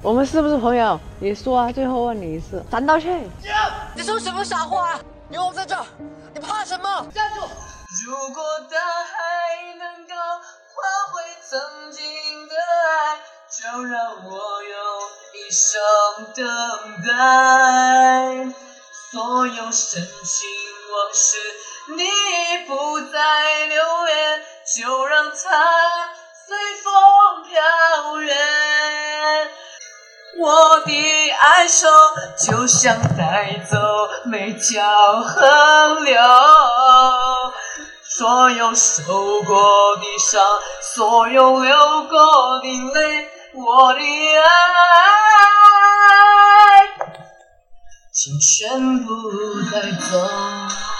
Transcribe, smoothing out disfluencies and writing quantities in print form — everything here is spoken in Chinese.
我们是不是朋友？你说啊，最后问你一次，站到去。 你说什么傻话？有我在这儿，你怕什么？站住！如果大海能够换回曾经的爱，就让我用一生等待。所有深情往事，你不再留恋，就让它随风飘远。我的哀愁就像带走每条河流，所有受过的伤，所有流过的泪，我的爱请全部带走。